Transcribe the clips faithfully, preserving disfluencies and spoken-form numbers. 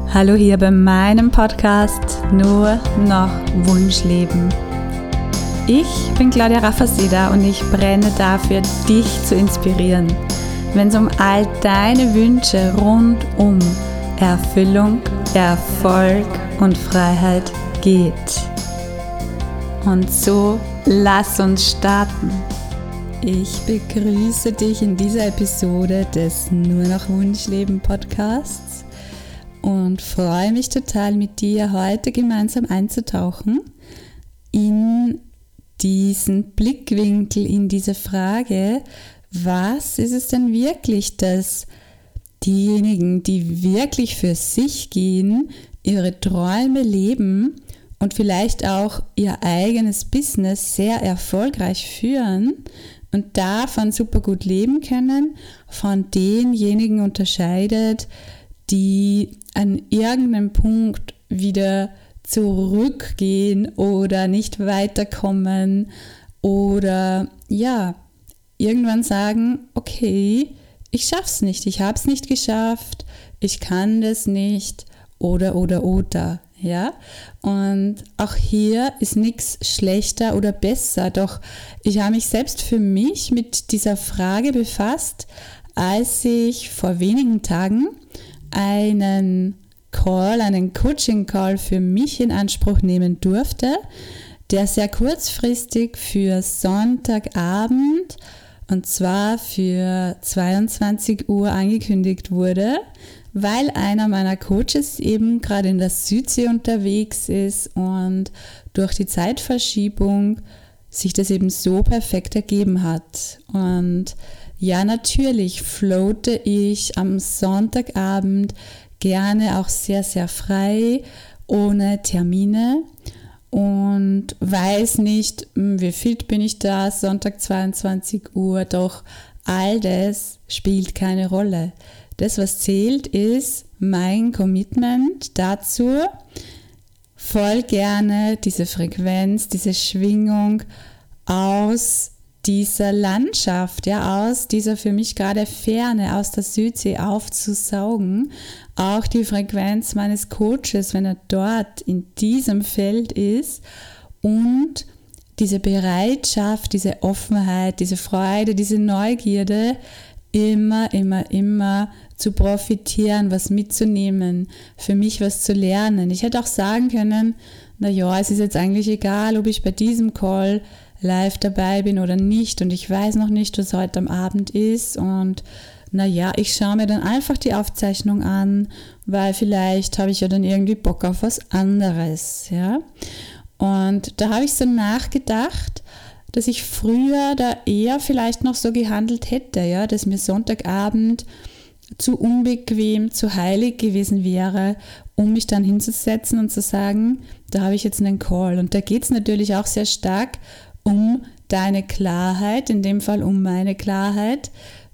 Hallo hier bei meinem Podcast Nur noch Wunschleben. Ich bin Claudia Raffaseder und ich brenne dafür, dich zu inspirieren, wenn es um all deine Wünsche rund um Erfüllung, Erfolg und Freiheit geht. Und so lass uns starten. Ich begrüße dich in dieser Episode des Nur noch Wunschleben Podcasts und freue mich total, mit dir heute gemeinsam einzutauchen in diesen Blickwinkel, in diese Frage, was ist es denn wirklich, dass diejenigen, die wirklich für sich gehen, ihre Träume leben und vielleicht auch ihr eigenes Business sehr erfolgreich führen und davon super gut leben können, von denjenigen unterscheidet, die an irgendeinem Punkt wieder zurückgehen oder nicht weiterkommen oder ja, irgendwann sagen, okay, ich schaff's nicht, ich hab's nicht geschafft, ich kann das nicht oder oder oder, ja. Und auch hier ist nichts schlechter oder besser, doch ich habe mich selbst für mich mit dieser Frage befasst, als ich vor wenigen Tagen einen Call, einen Coaching-Call für mich in Anspruch nehmen durfte, der sehr kurzfristig für Sonntagabend und zwar für zweiundzwanzig Uhr angekündigt wurde, weil einer meiner Coaches eben gerade in der Südsee unterwegs ist und durch die Zeitverschiebung sich das eben so perfekt ergeben hat. Und ja, natürlich floate ich am Sonntagabend gerne auch sehr, sehr frei, ohne Termine und weiß nicht, wie fit bin ich da, Sonntag zweiundzwanzig Uhr, doch all das spielt keine Rolle. Das, was zählt, ist mein Commitment dazu, voll gerne diese Frequenz, diese Schwingung aus dieser Landschaft, ja, aus dieser für mich gerade Ferne, aus der Südsee aufzusaugen, auch die Frequenz meines Coaches, wenn er dort in diesem Feld ist und diese Bereitschaft, diese Offenheit, diese Freude, diese Neugierde immer, immer, immer zu profitieren, was mitzunehmen, für mich was zu lernen. Ich hätte auch sagen können, na ja, es ist jetzt eigentlich egal, ob ich bei diesem Call live dabei bin oder nicht und ich weiß noch nicht, was heute am Abend ist und naja, ich schaue mir dann einfach die Aufzeichnung an, weil vielleicht habe ich ja dann irgendwie Bock auf was anderes, ja. Und da habe ich so nachgedacht, dass ich früher da eher vielleicht noch so gehandelt hätte, ja, dass mir Sonntagabend zu unbequem, zu heilig gewesen wäre, um mich dann hinzusetzen und zu sagen, da habe ich jetzt einen Call. Und da geht es natürlich auch sehr stark um deine Klarheit, in dem Fall um meine Klarheit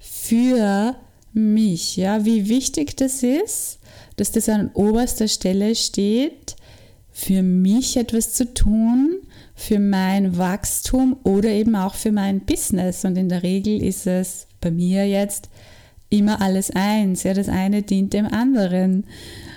für mich, ja, wie wichtig das ist, dass das an oberster Stelle steht, für mich etwas zu tun, für mein Wachstum oder eben auch für mein Business. Und in der Regel ist es bei mir jetzt immer alles eins, ja, das eine dient dem anderen.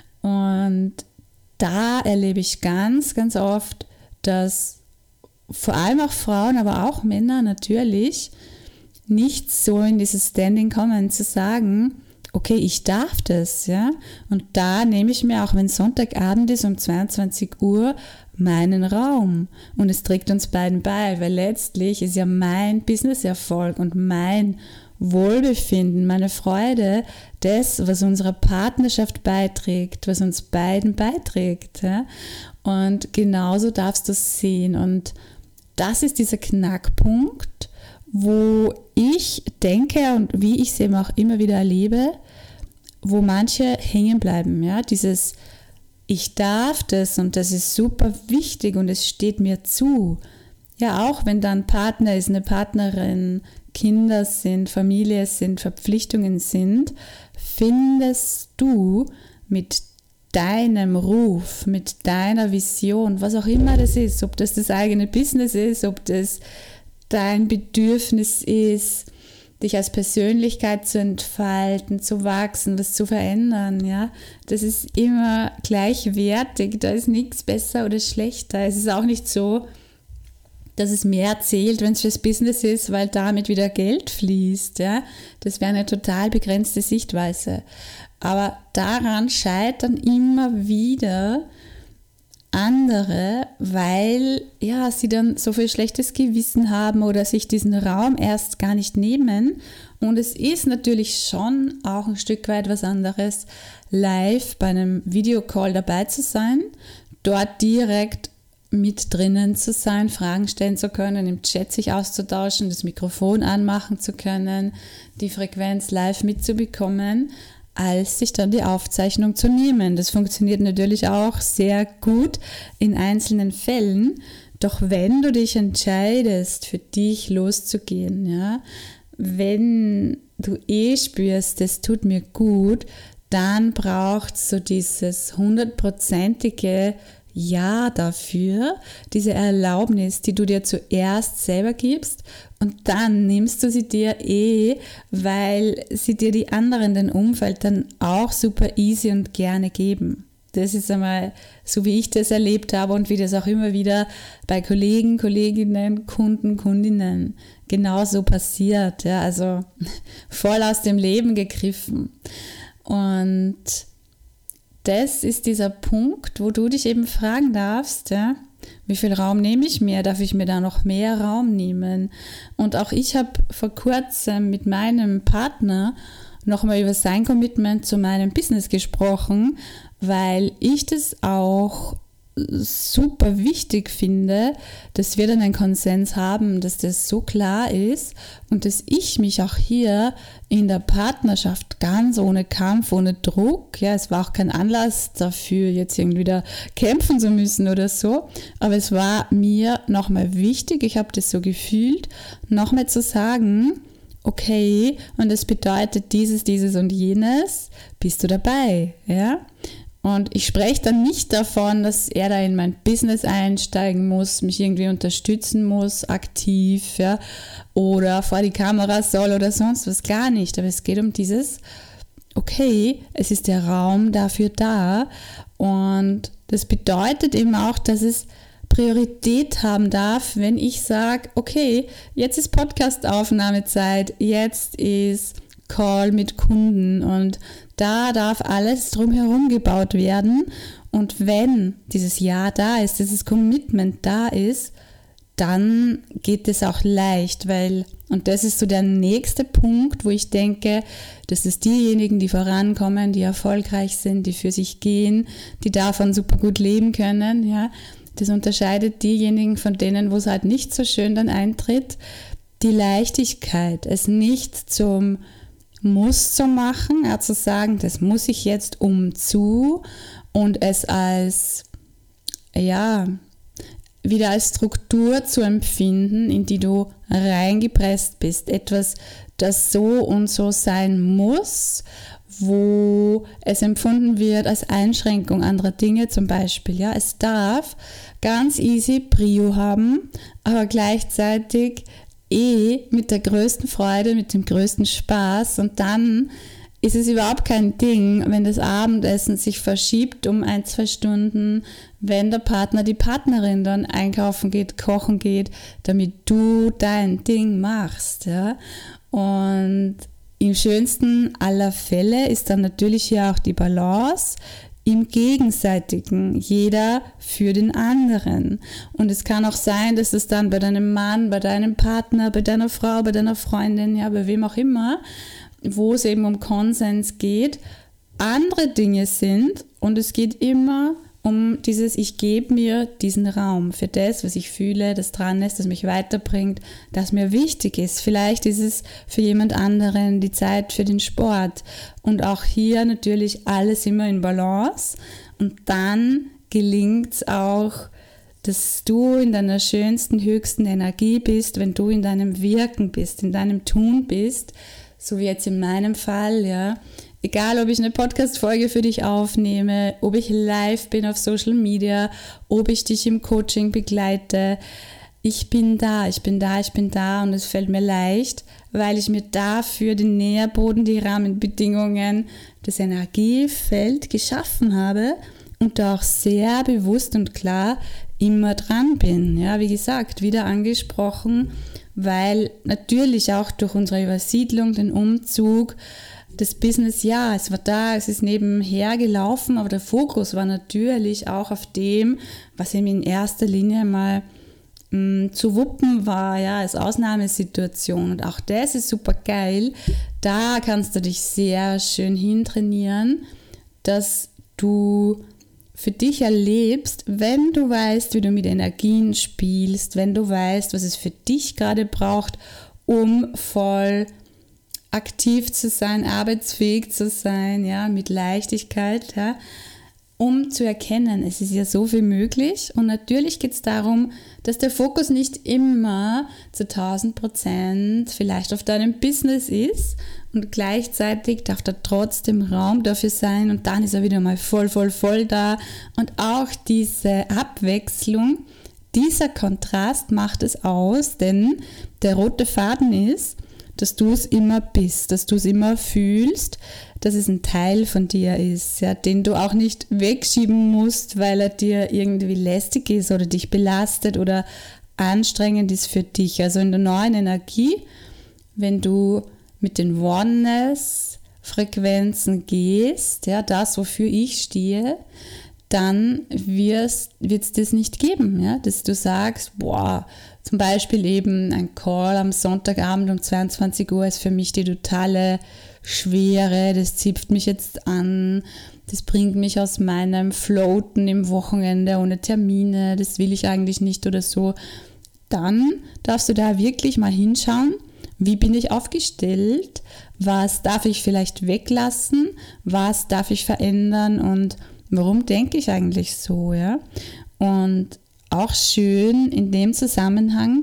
Und da erlebe ich ganz, ganz oft, dass vor allem auch Frauen, aber auch Männer natürlich, nicht so in dieses Standing kommen, zu sagen, okay, ich darf das, ja, und da nehme ich mir, auch wenn Sonntagabend ist um zweiundzwanzig Uhr, meinen Raum und es trägt uns beiden bei, weil letztlich ist ja mein Businesserfolg und mein Wohlbefinden, meine Freude, das, was unserer Partnerschaft beiträgt, was uns beiden beiträgt, ja? Und genauso darfst du es sehen und das ist dieser Knackpunkt, wo ich denke und wie ich es eben auch immer wieder erlebe, wo manche hängen bleiben, ja, dieses ich darf das und das ist super wichtig und es steht mir zu. Ja, auch wenn da ein Partner ist, eine Partnerin, Kinder sind, Familie sind, Verpflichtungen sind, findest du mit deinem Ruf, mit deiner Vision, was auch immer das ist, ob das das eigene Business ist, ob das dein Bedürfnis ist, dich als Persönlichkeit zu entfalten, zu wachsen, was zu verändern, ja, das ist immer gleichwertig, da ist nichts besser oder schlechter. Es ist auch nicht so, dass es mehr zählt, wenn es fürs Business ist, weil damit wieder Geld fließt, ja. Das wäre eine total begrenzte Sichtweise. Aber daran scheitern immer wieder andere, weil ja, sie dann so viel schlechtes Gewissen haben oder sich diesen Raum erst gar nicht nehmen. Und es ist natürlich schon auch ein Stück weit was anderes, live bei einem Videocall dabei zu sein, dort direkt mit drinnen zu sein, Fragen stellen zu können, im Chat sich auszutauschen, das Mikrofon anmachen zu können, die Frequenz live mitzubekommen, als sich dann die Aufzeichnung zu nehmen. Das funktioniert natürlich auch sehr gut in einzelnen Fällen. Doch wenn du dich entscheidest, für dich loszugehen, ja, wenn du eh spürst, das tut mir gut, dann braucht es so dieses hundertprozentige Ja dafür, diese Erlaubnis, die du dir zuerst selber gibst und dann nimmst du sie dir eh, weil sie dir die anderen, dein Umfeld dann auch super easy und gerne geben. Das ist einmal so, wie ich das erlebt habe und wie das auch immer wieder bei Kollegen, Kolleginnen, Kunden, Kundinnen genauso passiert. Ja, also voll aus dem Leben gegriffen. Und das ist dieser Punkt, wo du dich eben fragen darfst, ja, wie viel Raum nehme ich mir? Darf ich mir da noch mehr Raum nehmen? Und auch ich habe vor kurzem mit meinem Partner nochmal über sein Commitment zu meinem Business gesprochen, weil ich das auch super wichtig finde, dass wir dann einen Konsens haben, dass das so klar ist und dass ich mich auch hier in der Partnerschaft ganz ohne Kampf, ohne Druck, ja, es war auch kein Anlass dafür, jetzt irgendwie da kämpfen zu müssen oder so, aber es war mir nochmal wichtig, ich habe das so gefühlt, nochmal zu sagen, okay, und das bedeutet dieses, dieses und jenes, bist du dabei, ja? Und ich spreche dann nicht davon, dass er da in mein Business einsteigen muss, mich irgendwie unterstützen muss, aktiv, ja, oder vor die Kamera soll oder sonst was, gar nicht. Aber es geht um dieses, okay, es ist der Raum dafür da und das bedeutet eben auch, dass es Priorität haben darf, wenn ich sage, okay, jetzt ist Podcast-Aufnahmezeit, jetzt ist Call mit Kunden und da darf alles drumherum gebaut werden und wenn dieses Ja da ist, dieses Commitment da ist, dann geht es auch leicht, weil, und das ist so der nächste Punkt, wo ich denke, dass es diejenigen, die vorankommen, die erfolgreich sind, die für sich gehen, die davon super gut leben können, ja, das unterscheidet diejenigen von denen, wo es halt nicht so schön dann eintritt, die Leichtigkeit, es nicht zum Muss zu machen, ja, zu sagen, das muss ich jetzt um zu und es als, ja, wieder als Struktur zu empfinden, in die du reingepresst bist. Etwas, das so und so sein muss, wo es empfunden wird als Einschränkung anderer Dinge zum Beispiel. Ja, es darf ganz easy Prio haben, aber gleichzeitig eh mit der größten Freude, mit dem größten Spaß und dann ist es überhaupt kein Ding, wenn das Abendessen sich verschiebt um ein, zwei Stunden, wenn der Partner, die Partnerin dann einkaufen geht, kochen geht, damit du dein Ding machst. Ja? Und im schönsten aller Fälle ist dann natürlich hier auch die Balance im Gegenseitigen, jeder für den anderen. Und es kann auch sein, dass es dann bei deinem Mann, bei deinem Partner, bei deiner Frau, bei deiner Freundin, ja, bei wem auch immer, wo es eben um Konsens geht, andere Dinge sind und es geht immer um dieses, ich gebe mir diesen Raum für das, was ich fühle, das dran ist, das mich weiterbringt, das mir wichtig ist. Vielleicht ist es für jemand anderen die Zeit für den Sport und auch hier natürlich alles immer in Balance und dann gelingt es auch, dass du in deiner schönsten, höchsten Energie bist, wenn du in deinem Wirken bist, in deinem Tun bist, so wie jetzt in meinem Fall, ja. Egal, ob ich eine Podcast-Folge für dich aufnehme, ob ich live bin auf Social Media, ob ich dich im Coaching begleite, ich bin da, ich bin da, ich bin da und es fällt mir leicht, weil ich mir dafür den Nährboden, die Rahmenbedingungen, das Energiefeld geschaffen habe und da auch sehr bewusst und klar immer dran bin. Ja, wie gesagt, wieder angesprochen, weil natürlich auch durch unsere Übersiedlung, den Umzug, das Business, ja, es war da, es ist nebenher gelaufen, aber der Fokus war natürlich auch auf dem, was eben in erster Linie mal mh, zu wuppen war, ja, als Ausnahmesituation. Und auch das ist super geil. Da kannst du dich sehr schön hintrainieren, dass du für dich erlebst, wenn du weißt, wie du mit Energien spielst, wenn du weißt, was es für dich gerade braucht, um voll aktiv zu sein, arbeitsfähig zu sein, ja, mit Leichtigkeit, ja, um zu erkennen, es ist ja so viel möglich. Und natürlich geht es darum, dass der Fokus nicht immer zu tausend Prozent vielleicht auf deinem Business ist und gleichzeitig darf da trotzdem Raum dafür sein und dann ist er wieder mal voll, voll, voll da. Und auch diese Abwechslung, dieser Kontrast macht es aus, denn der rote Faden ist, dass du es immer bist, dass du es immer fühlst, dass es ein Teil von dir ist, ja, den du auch nicht wegschieben musst, weil er dir irgendwie lästig ist oder dich belastet oder anstrengend ist für dich. Also in der neuen Energie, wenn du mit den Oneness-Frequenzen gehst, ja, das, wofür ich stehe, dann wird es das nicht geben, ja, dass du sagst, boah, zum Beispiel eben ein Call am Sonntagabend um zweiundzwanzig Uhr ist für mich die totale Schwere, das zipft mich jetzt an, das bringt mich aus meinem Floaten im Wochenende ohne Termine, das will ich eigentlich nicht oder so. Dann darfst du da wirklich mal hinschauen, wie bin ich aufgestellt, was darf ich vielleicht weglassen, was darf ich verändern und warum denke ich eigentlich so, ja? Und auch schön in dem Zusammenhang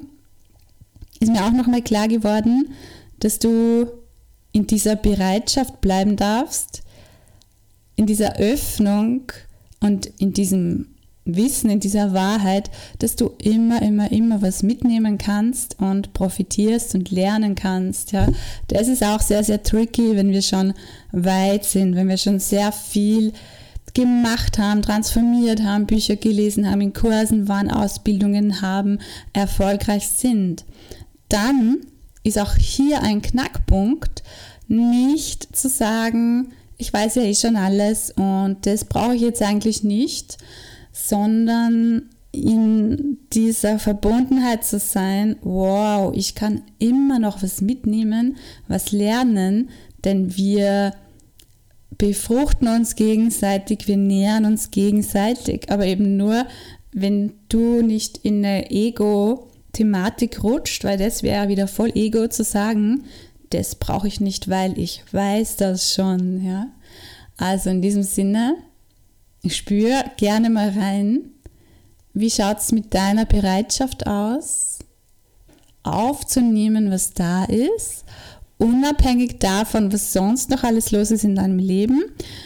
ist mir auch nochmal klar geworden, dass du in dieser Bereitschaft bleiben darfst, in dieser Öffnung und in diesem Wissen, in dieser Wahrheit, dass du immer, immer, immer was mitnehmen kannst und profitierst und lernen kannst. Ja. Das ist auch sehr, sehr tricky, wenn wir schon weit sind, wenn wir schon sehr viel gemacht haben, transformiert haben, Bücher gelesen haben, in Kursen waren, Ausbildungen haben, erfolgreich sind. Dann ist auch hier ein Knackpunkt, nicht zu sagen, ich weiß ja eh schon alles und das brauche ich jetzt eigentlich nicht, sondern in dieser Verbundenheit zu sein, wow, ich kann immer noch was mitnehmen, was lernen, denn wir befruchten uns gegenseitig, wir nähern uns gegenseitig, aber eben nur, wenn du nicht in eine Ego-Thematik rutscht, weil das wäre wieder voll Ego zu sagen, das brauche ich nicht, weil ich weiß das schon. Ja? Also in diesem Sinne, ich spüre gerne mal rein, wie schaut es mit deiner Bereitschaft aus, aufzunehmen, was da ist, unabhängig davon, was sonst noch alles los ist in deinem Leben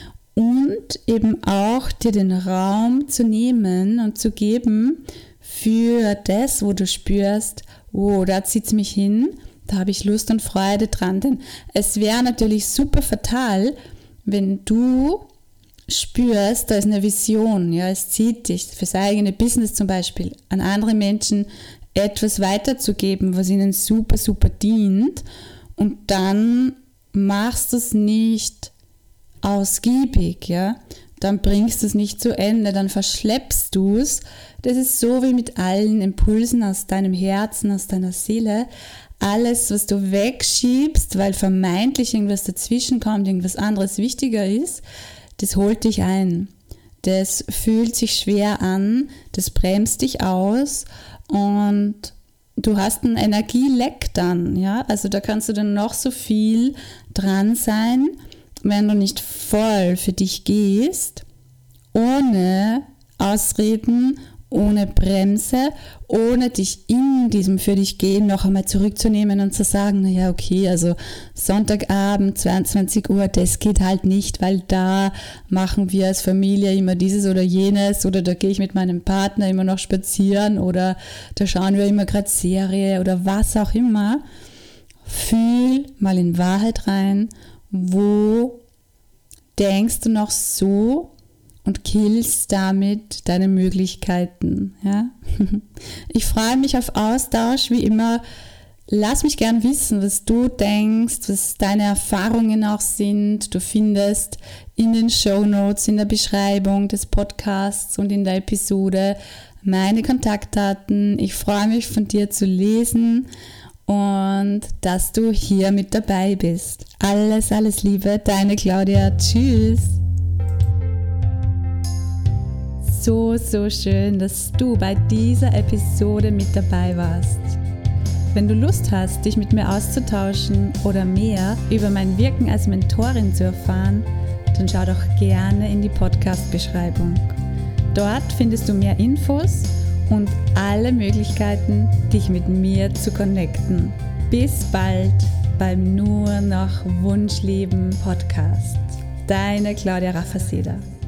und eben auch dir den Raum zu nehmen und zu geben für das, wo du spürst, oh, da zieht es mich hin, da habe ich Lust und Freude dran, denn es wäre natürlich super fatal, wenn du spürst, da ist eine Vision, ja, es zieht dich fürs eigene Business zum Beispiel, an andere Menschen etwas weiterzugeben, was ihnen super, super dient. Und dann machst du es nicht ausgiebig, ja? Dann bringst du es nicht zu Ende, dann verschleppst du es. Das ist so wie mit allen Impulsen aus deinem Herzen, aus deiner Seele. Alles, was du wegschiebst, weil vermeintlich irgendwas dazwischen kommt, irgendwas anderes wichtiger ist, das holt dich ein. Das fühlt sich schwer an, das bremst dich aus und du hast einen Energieleck dann, ja, also da kannst du dann noch so viel dran sein, wenn du nicht voll für dich gehst, ohne Ausreden, ohne Bremse, ohne dich in diesem für dich gehen noch einmal zurückzunehmen und zu sagen, naja, okay, also Sonntagabend, zweiundzwanzig Uhr, das geht halt nicht, weil da machen wir als Familie immer dieses oder jenes oder da gehe ich mit meinem Partner immer noch spazieren oder da schauen wir immer gerade Serie oder was auch immer. Fühl mal in Wahrheit rein, wo denkst du noch so und killst damit deine Möglichkeiten. Ja? Ich freue mich auf Austausch, wie immer. Lass mich gern wissen, was du denkst, was deine Erfahrungen auch sind. Du findest in den Shownotes, in der Beschreibung des Podcasts und in der Episode meine Kontaktdaten. Ich freue mich, von dir zu lesen und dass du hier mit dabei bist. Alles, alles Liebe, deine Claudia. Tschüss. So, so schön, dass du bei dieser Episode mit dabei warst. Wenn du Lust hast, dich mit mir auszutauschen oder mehr über mein Wirken als Mentorin zu erfahren, dann schau doch gerne in die Podcast-Beschreibung. Dort findest du mehr Infos und alle Möglichkeiten, dich mit mir zu connecten. Bis bald beim Nur noch Wunschleben Podcast. Deine Claudia Raffaseder.